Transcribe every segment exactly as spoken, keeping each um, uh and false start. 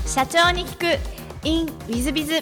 社長に聞く in ウィズビズ。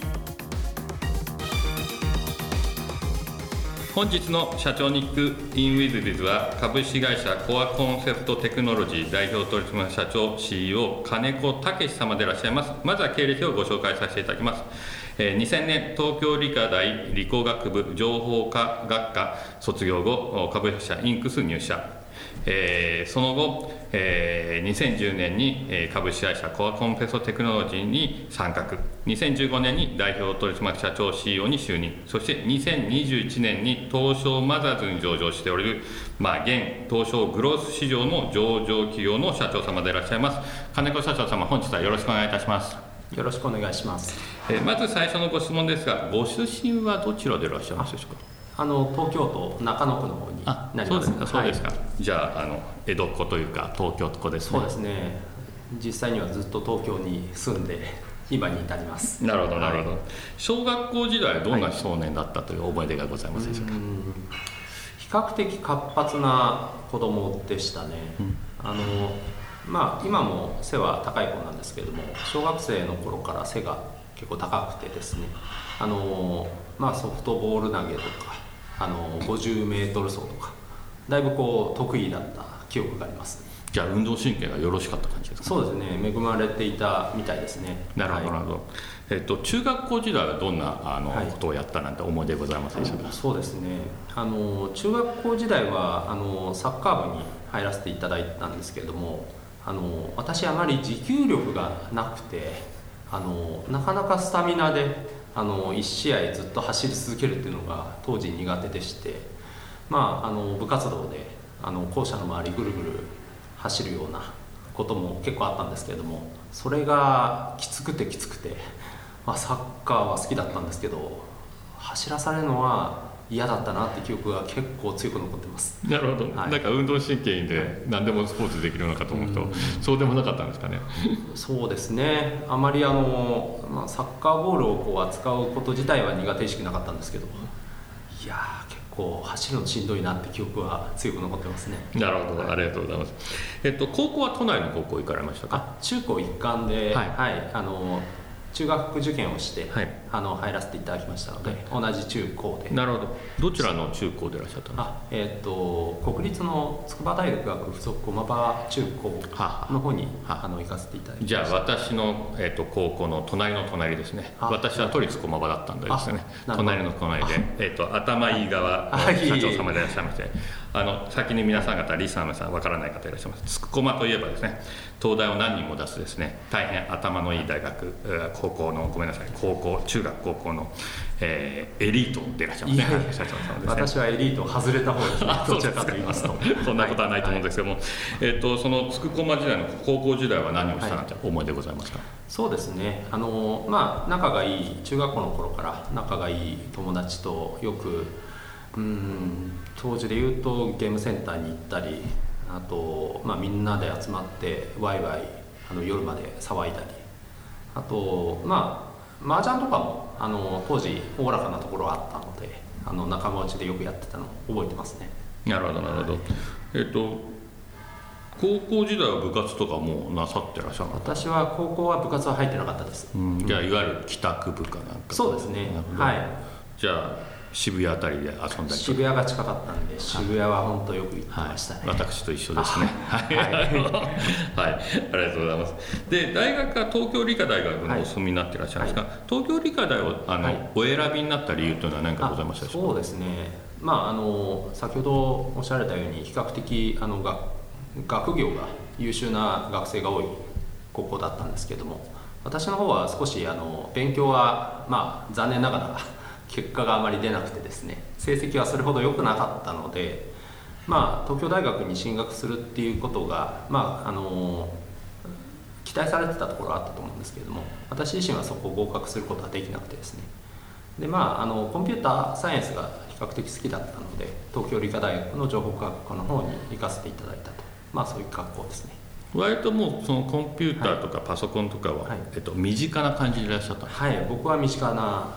本日の社長に聞く in ウィズビズは、株式会社コアコンセプトテクノロジー代表取締役社長 シーイーオー 金子武様でいらっしゃいます。まずは経歴をご紹介させていただきます。えー、にせんねん東京理科大理工学部情報科学科卒業後、株式会社インクス入社。えー、その後、えー、にせんじゅうねんに株式会社コアコンセプトテクノロジーに参画、にせんじゅうごねんに代表取締役社長 シーイーオー に就任、そしてにせんにじゅういちねんに東証マザーズに上場しておる、まあ、現東証グロース市場の上場企業の社長様でいらっしゃいます金子社長様、本日はよろしくお願いいたします。 よろしくお願いします。 えー、まず最初のご質問ですが、ご出身はどちらでいらっしゃいますでしょうか。 あの東京都中野区の方になります。 あ、そうですか、はい、じゃあ、あの江戸っ子というか東京っ子ですね。 そうですね、実際にはずっと東京に住んで今に至ります。 なるほどなるほど、はい、小学校時代はどんな少年だったという思い出がございますでしょうか。はい、 比較的活発な子供でしたね。うん、あのまあ、今も背は高い子なんですけれども、小学生の頃から背が結構高くてですね、あの、まあ、ソフトボール投げとかあのごじゅうメートル走とかだいぶこう得意だった記憶があります。 じゃあ運動神経がよろしかった感じですか。 そうですね、恵まれていたみたいですね。 なるほど、なるほど。えっと、中学校時代はどんなあの、はい、ことをやったなんて思い出ございますでしょうか。 そうですね、あの中学校時代はあのサッカー部に入らせていただいたんですけれども、あの私あまり持久力がなくて、あのなかなかスタミナであのいち試合ずっと走り続けるっていうのが当時苦手でして、まあ、あの部活動であの校舎の周りぐるぐる走るようなことも結構あったんですけれども、それがきつくてきつくて、まあ、サッカーは好きだったんですけど走らされるのは嫌だったなって記憶が結構強く残ってます。 なるほど、はい、なんか運動神経で何でもスポーツできるのかと思うと、うん、そうでもなかったんですかね。 そうですね、あまりあの、まあ、サッカーボールをこう扱うこと自体は苦手意識なかったんですけど、いやー結構走るのしんどいなって記憶は強く残ってますね。 なるほど、ありがとうございます。えっと、高校は都内の高校行かれましたか。 あ、中高一貫で、はいはい、あの中学受験をして、はい、あの入らせていただきましたので、はい、同じ中高で。 なるほど、どちらの中高でいらっしゃったんですか。 あ、えー、と国立の筑波大学学附属駒場中高の方にははあの行かせていただきました。 じゃあ私の、えー、と高校の隣の隣ですね。私は都立駒場だったんですよね。隣の隣で、えー、と頭いい側の社長様でいらっしゃいまして、あの先に皆さん方リスナーの皆さんわからない方いらっしゃいます。筑駒といえばですね、東大を何人も出すですね、大変頭のいい大学、高校のごめんなさい高校中学高校の、えー、エリートでいらっしゃいますね。 いやいや社長さんですね。私はエリート外れた方ですね。どちらかと言いますとそんなことはないと思うんですけども、はいはい、えー、とその筑駒時代の高校時代は何をしたなんて思い出ございますか。はい、 そうですね、あの、まあ、仲がいい中学校の頃から仲がいい友達とよくうーん当時でいうとゲームセンターに行ったり、あと、まあ、みんなで集まってワイワイあの夜まで騒いだり、あとまあ麻雀とかもあの当時おおらかなところがあったので、あの仲間内でよくやってたのを覚えてますね。 なるほどなるほど。はい、えっと高校時代は部活とかもなさってらっしゃるの。 私は高校は部活は入ってなかったです。 うん、じゃあいわゆる帰宅部かなんか。 そうですね、はい。 じゃあ渋谷あたりで遊んだり。 渋谷が近かったんで渋谷は本当よく行ってましたね。 はい、私と一緒ですね。はい、はい、ありがとうございます。で、大学は東京理科大学のお住みになっていらっしゃるんですが、はい、東京理科大をあの、はい、お選びになった理由というのは何かございましたでしょうか。 そうですね、まあ、あの先ほどおっしゃられたように比較的あの学学業が優秀な学生が多い高校だったんですけども、私の方は少しあの勉強は、まあ、残念ながら結果があまり出なくてですね、成績はそれほど良くなかったので、まあ、東京大学に進学するっていうことが、まあ、あの期待されてたところはあったと思うんですけれども、私自身はそこを合格することはできなくてですね、で、まあ、あのコンピューターサイエンスが比較的好きだったので、東京理科大学の情報科学科の方に行かせていただいたと、まあ、そういう学校ですね。 割ともうそのコンピューターとかパソコンとかは、はい、えっと、身近な感じでいらっしゃったんですか。 はい、僕は身近な、はい、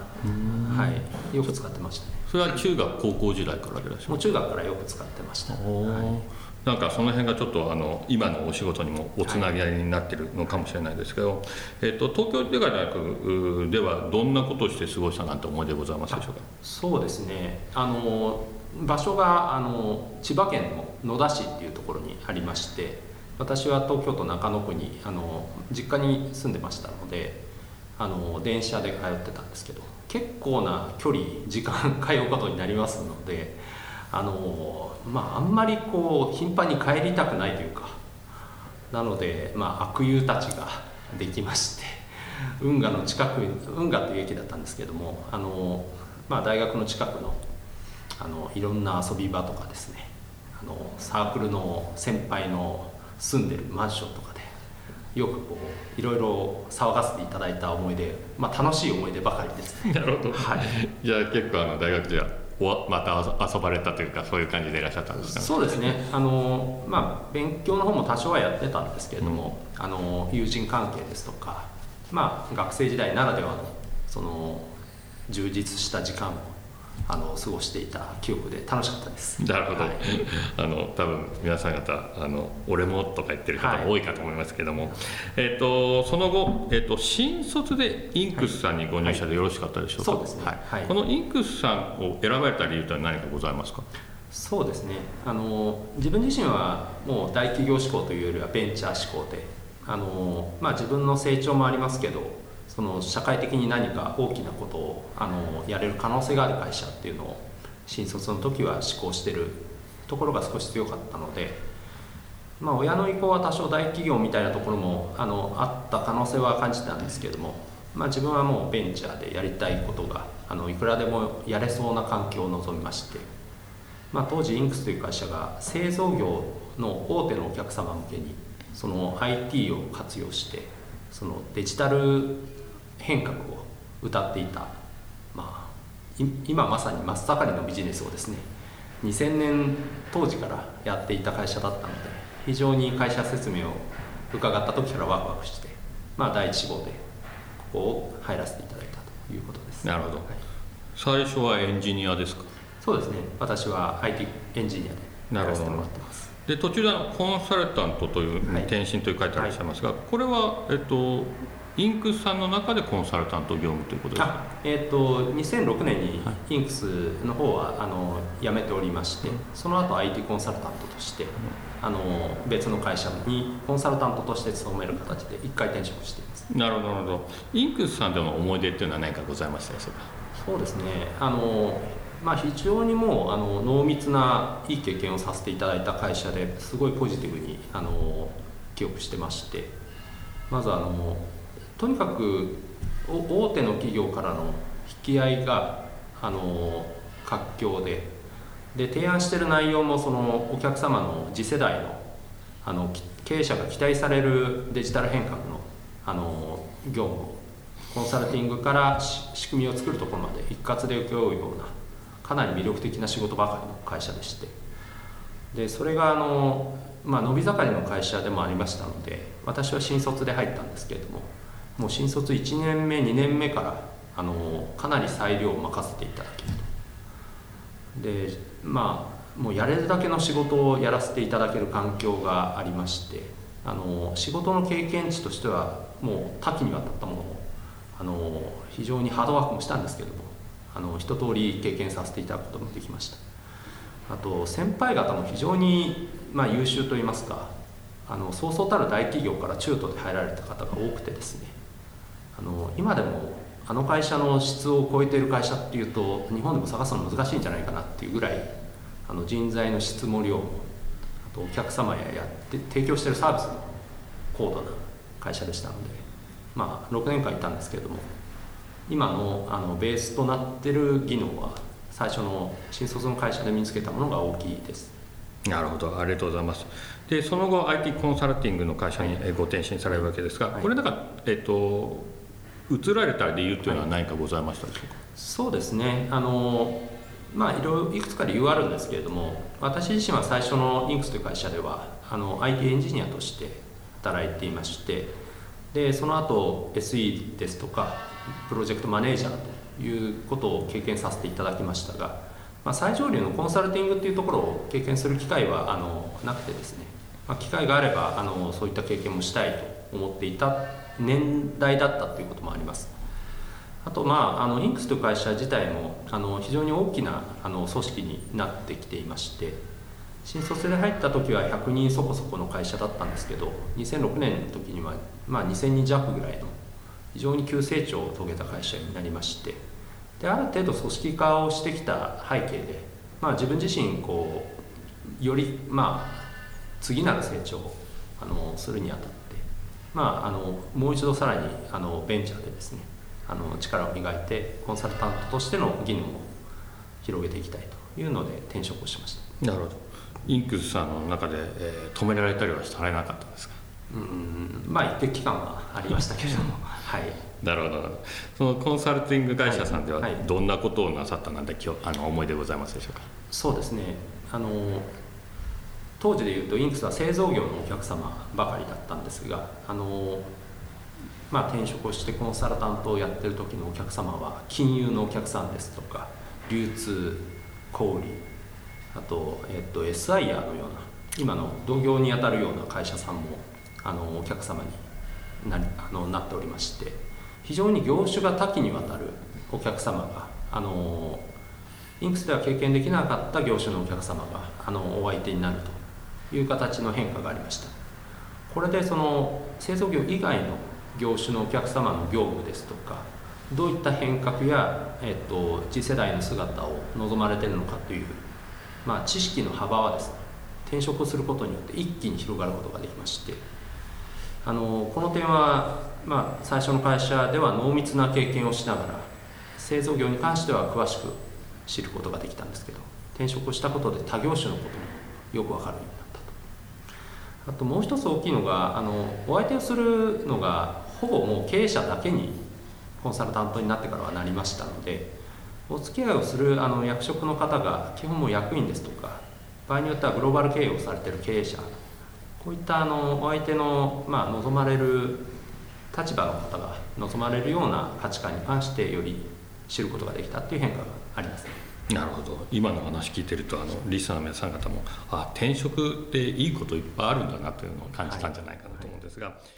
よく使ってましたね。 それは中学高校時代からでいらっしゃる。 もう中学からよく使ってました。はい、 なんかその辺がちょっとあの今のお仕事にもおつなぎ合いになってるのかもしれないですけど、はい、えー、と東京理科大学ではどんなことをして過ごしたなんて思い出ございますでしょうか。 そうですね、あの場所があの千葉県の野田市っていうところにありまして、私は東京都中野区にあの実家に住んでましたので、あの電車で通ってたんですけど、結構な距離時間通うことになりますので、あのまああんまりこう頻繁に帰りたくないというか、なので、まあ、悪友たちができまして、運河の近くに、運河という駅だったんですけども、あの、まあ、大学の近くのあのいろんな遊び場とかですね、あのサークルの先輩の住んでるマンションとかでよくこういろいろ騒がせていただいた思い出、まあ、楽しい思い出ばかりですね。 なるほど、 はい、 じゃあ結構あの大学ではまた遊ばれたというか、そういう感じでいらっしゃったんですかね。 そうですね、あの、まあ、勉強の方も多少はやってたんですけれども、うん、あの友人関係ですとか、まあ、学生時代ならではのその充実した時間をあの過ごしていた記憶で楽しかったです。 なるほど、 はい、 あの多分皆さん方あの俺もとか言ってる方も多いかと思いますけども、はい、えー、とその後、えー、と新卒でインクスさんにご入社でよろしかったでしょうか。 はいはい、そうですね、はい、 このインクスさんを選ばれた理由とは何かございますか。 そうですね、あの自分自身はもう大企業志向というよりはベンチャー志向で、あの、まあ、自分の成長もありますけど、その社会的に何か大きなことをあのやれる可能性がある会社っていうのを新卒の時は志向してるところが少し強かったので、まあ、親の意向は多少大企業みたいなところも あのあった可能性は感じたんですけれども、まあ、自分はもうベンチャーでやりたいことがあのいくらでもやれそうな環境を望みまして、まあ、当時インクスという会社が製造業の大手のお客様向けにその アイティー を活用してそのデジタル変革を謳っていた、まあ、今まさに真っ盛りのビジネスをですねにせんねん当時からやっていた会社だったので、非常に会社説明を伺った時からワクワクして、まあ、第一志望でここを入らせていただいたということです。 なるほど、はい、最初はエンジニアですか。 そうですね、私は アイティー エンジニアでやらせてもらってます。 で途中でコンサルタントという、はい、転身という書いてあらっしゃいますが、はい、これは、えっと、インクスさんの中でコンサルタント業務ということですか。 えー、とにせんろくねんにインクスの方はあの辞めておりまして、その後 アイティー コンサルタントとして、あの別の会社にコンサルタントとして勤める形で一回転職しています。 なるほどなるほど。インクスさんでの思い出っていうのは何かございましたでしょうか。 そうですね、あのまあ、非常にもうあの濃密ないい経験をさせていただいた会社ですごいポジティブにあの記憶してまして、まずあのとにかく大手の企業からの引き合いがあの活況で、で提案している内容もそのお客様の次世代の、あの経営者が期待されるデジタル変革の、あの業務をコンサルティングから仕組みを作るところまで一括で請け負うようなかなり魅力的な仕事ばかりの会社でして、でそれがあの、まあ、伸び盛りの会社でもありましたので、私は新卒で入ったんですけれども、もう新卒いちねんめにねんめからあのかなり裁量を任せていただけると。でまあもうやれるだけの仕事をやらせていただける環境がありまして、あの仕事の経験値としてはもう多岐にわたったものをあの非常にハードワークもしたんですけども、あの一通り経験させていただくこともできました。あと先輩方も非常に、まあ、優秀といいますか、あのそうそうたる大企業から中途で入られた方が多くてですね、あの今でもあの会社の質を超えている会社っていうと日本でも探すの難しいんじゃないかなっていうぐらい、あの人材の質も量も、あとお客様ややって提供しているサービスも高度な会社でしたので、まあろくねんかんいたんですけれども、今 の, あのベースとなっている技能は最初の新卒の会社で身につけたものが大きいです。 なるほど、ありがとうございます。でその後 アイティー コンサルティングの会社にご転身されるわけですが、はい、これなんか、えっと、移られた理由というのは何かございましたでしょうか。はい、そうですね、あのまあいろいろいくつか理由はあるんですけれども、私自身は最初のインクスという会社ではあの アイティー エンジニアとして働いていまして、でその後 エスイー ですとかプロジェクトマネージャーということを経験させていただきましたが、 まあ、最上流のコンサルティングっていうところを経験する機会はあのなくてですね、まあ、機会があればあのそういった経験もしたいと思っていた年代だったということもあります。あと、まあ、あのインクスという会社自体もあの非常に大きなあの組織になってきていまして、新卒で入った時はひゃくにんそこそこの会社だったんですけど、にせんろくねんの時には、まあ、にせんにん弱ぐらいの非常に急成長を遂げた会社になりまして、である程度組織化をしてきた背景で、まあ、自分自身こうより、まあ、次なる成長をあのするにあたって、まあ、あのもう一度さらにあのベンチャーでですね、あの力を磨いてコンサルタントとしての技能を広げていきたいというので転職をしました。 なるほど。インクスさんの中で、えー、止められたりはされなかったんですか？ うん、まあ一定期間はありましたけれどもはい。 なるほど。そのコンサルティング会社さんでははいはい、 どんなことをなさったなんて今日あの思いでございますでしょうか？ そうですね、あの当時でいうとインクスは製造業のお客様ばかりだったんですが、あのまあ、転職をしてコンサルタントをやってる時のお客様は金融のお客さんですとか流通、小売、あと、えっと、エスアイアー のような今の同業にあたるような会社さんもあのお客様に な, あのなっておりまして、非常に業種が多岐にわたるお客様があのインクスでは経験できなかった業種のお客様があのお相手になるという形の変化がありました。これでその製造業以外の業種のお客様の業務ですとか、どういった変革や、えっと、次世代の姿を望まれているのかという、まあ、知識の幅はですね、転職をすることによって一気に広がることができまして、あのこの点は、まあ、最初の会社では濃密な経験をしながら製造業に関しては詳しく知ることができたんですけど、転職をしたことで他業種のこともよく分かるようになったと。あともう一つ大きいのが、あのお相手をするのがほぼもう経営者だけにコンサルタントになってからはなりましたので、お付き合いをするあの役職の方が基本も役員ですとか、場合によってはグローバル経営をされている経営者、こういったあのお相手の、まあ、望まれる立場の方が望まれるような価値観に関してより知ることができたという変化があります。 なるほど。今の話聞いてると、あのリスナーの皆さん方もあ転職っていいこといっぱいあるんだなというのを感じたんじゃないかなと思うんですが、はいはい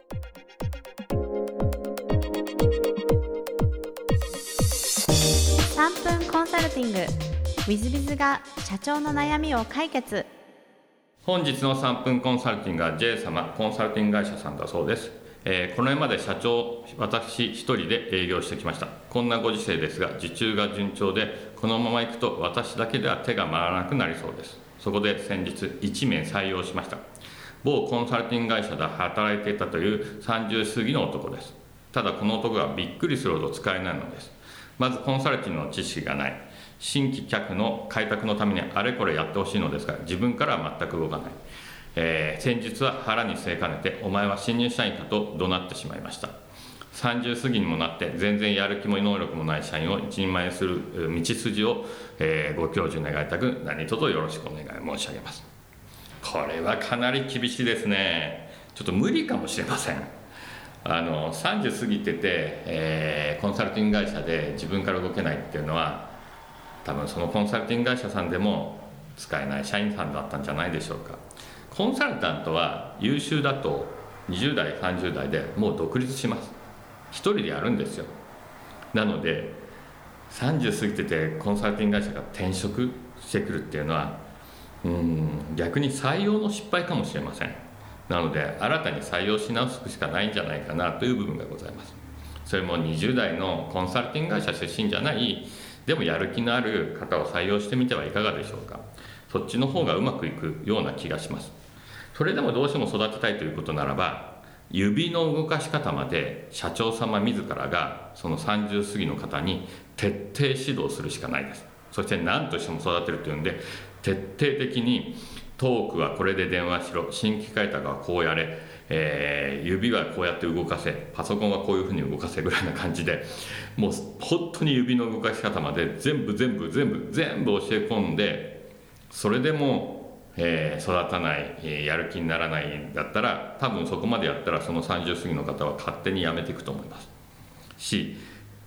さんぷんコンサルティング ウィズビズ が社長の悩みを解決。 本日のさんぷんコンサルティングは J 様コンサルティング会社さんだそうです。えー、この辺まで社長私一人で営業してきました。こんなご時世ですが受注が順調で、このままいくと私だけでは手が回らなくなりそうです。そこで先日いちめい採用しました。某コンサルティング会社で働いていたというさんじゅう過ぎの男です。ただこの男がびっくりするほど使えないのです。まずコンサルティングの知識がない。新規客の開拓のためにあれこれやってほしいのですが、自分からは全く動かない。えー、先日は腹に据えかねて、お前は新入社員かと怒鳴ってしまいました。さんじゅう過ぎにもなって全然やる気も能力もない社員を一人前にする道筋を、えー、ご教授願いたく何卒よろしくお願い申し上げます。これはかなり厳しいですね。ちょっと無理かもしれません。あのさんじゅう過ぎてて、えー、コンサルティング会社で自分から動けないっていうのは、多分そのコンサルティング会社さんでも使えない社員さんだったんじゃないでしょうか。コンサルタントは優秀だとにじゅう代さんじゅう代でもう独立します。一人でやるんですよ。なのでさんじゅう過ぎててコンサルティング会社が転職してくるっていうのは、うーん逆に採用の失敗かもしれません。なので新たに採用し直すしかないんじゃないかなという部分がございます。それもにじゅう代のコンサルティング会社出身じゃない、でもやる気のある方を採用してみてはいかがでしょうか。そっちの方がうまくいくような気がします。それでもどうしても育てたいということならば、指の動かし方まで社長様自らがそのさんじゅう過ぎの方に徹底指導するしかないです。そして何としても育てるというんで、徹底的にトークはこれで電話しろ、新規開拓はこうやれ、えー、指はこうやって動かせ、パソコンはこういうふうに動かせぐらいな感じで、もう本当に指の動かし方まで全部全部全部全部教え込んで、それでもえー、育たない、えー、やる気にならないんだったら、多分そこまでやったらそのさんじゅう過ぎの方は勝手に辞めていくと思いますし、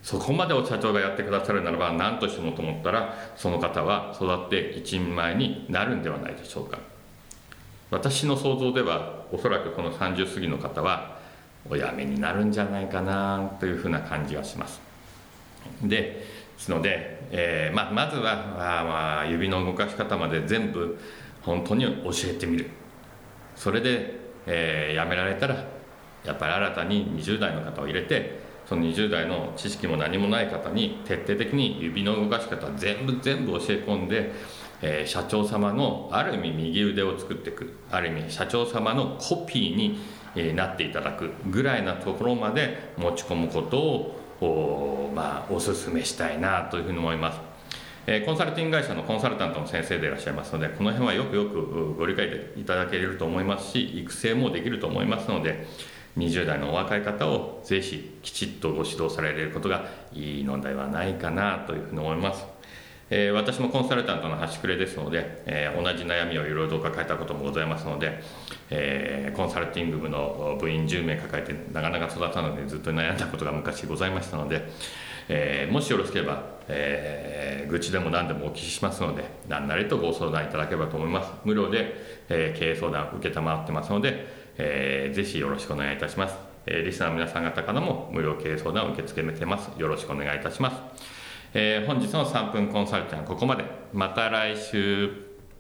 そこまでを社長がやってくださるならば何としてもと思ったら、その方は育って一人前になるんではないでしょうか。私の想像ではおそらくこのさんじゅう過ぎの方はお辞めになるんじゃないかなというふうな感じがします。でですので、えーまあ、まずはあまあ指の動かし方まで全部本当に教えてみる。それで、えー、辞められたらやっぱり新たににじゅう代の方を入れて、そのにじゅう代の知識も何もない方に徹底的に指の動かし方全部全部教え込んで、えー、社長様のある意味右腕を作っていく、ある意味社長様のコピーに、えー、なっていただくぐらいなところまで持ち込むことを お,、まあ、お勧めしたいなというふうに思います。えー、コンサルティング会社のコンサルタントの先生でいらっしゃいますので、この辺はよくよくご理解いただけると思いますし、育成もできると思いますので、にじゅう代のお若い方をぜひきちっとご指導されることがいいのではないかなというふうに思います。えー、私もコンサルタントの端くれですので、えー、同じ悩みをいろいろと抱えたこともございますので、えー、コンサルティング部の部員じゅう名抱えてなかなか育たないのでずっと悩んだことが昔ございましたので、えー、もしよろしければ、えー、愚痴でも何でもお聞きしますので、何なりとご相談いただければと思います。無料で、えー、経営相談を承ってますので、えー、ぜひよろしくお願いいたします。えー、リスナーの皆さん方からも無料経営相談を受け付けてます。よろしくお願いいたします。えー、本日のさんぷんコンサルティングはここまで。また来週。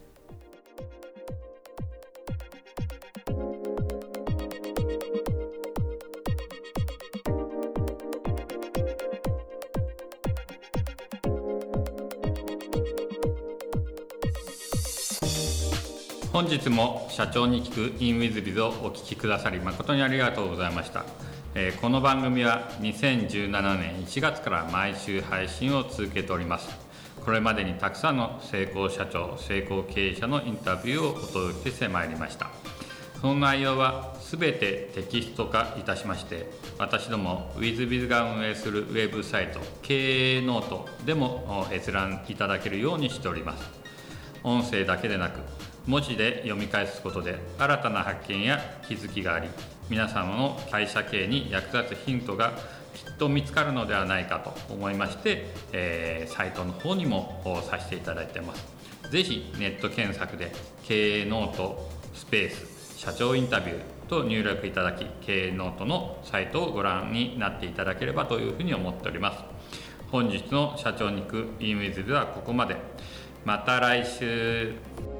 本日も社長に聞く インウィズビズ をお聞きくださり誠にありがとうございました。えー、この番組はにせんじゅうななねんいちがつから毎週配信を続けております。これまでにたくさんの成功社長、成功経営者のインタビューをお届けしてまいりました。その内容はすべてテキスト化いたしまして、私ども ウィズビズ が運営するウェブサイト経営ノートでも閲覧いただけるようにしております。音声だけでなく文字で読み返すことで新たな発見や気づきがあり、皆様の会社経営に役立つヒントがきっと見つかるのではないかと思いまして、えー、サイトの方にもさせていただいています。ぜひネット検索で経営ノートスペース社長インタビューと入力いただき、経営ノートのサイトをご覧になっていただければというふうに思っております。本日の社長に行く インウィズ ではここまで。また来週。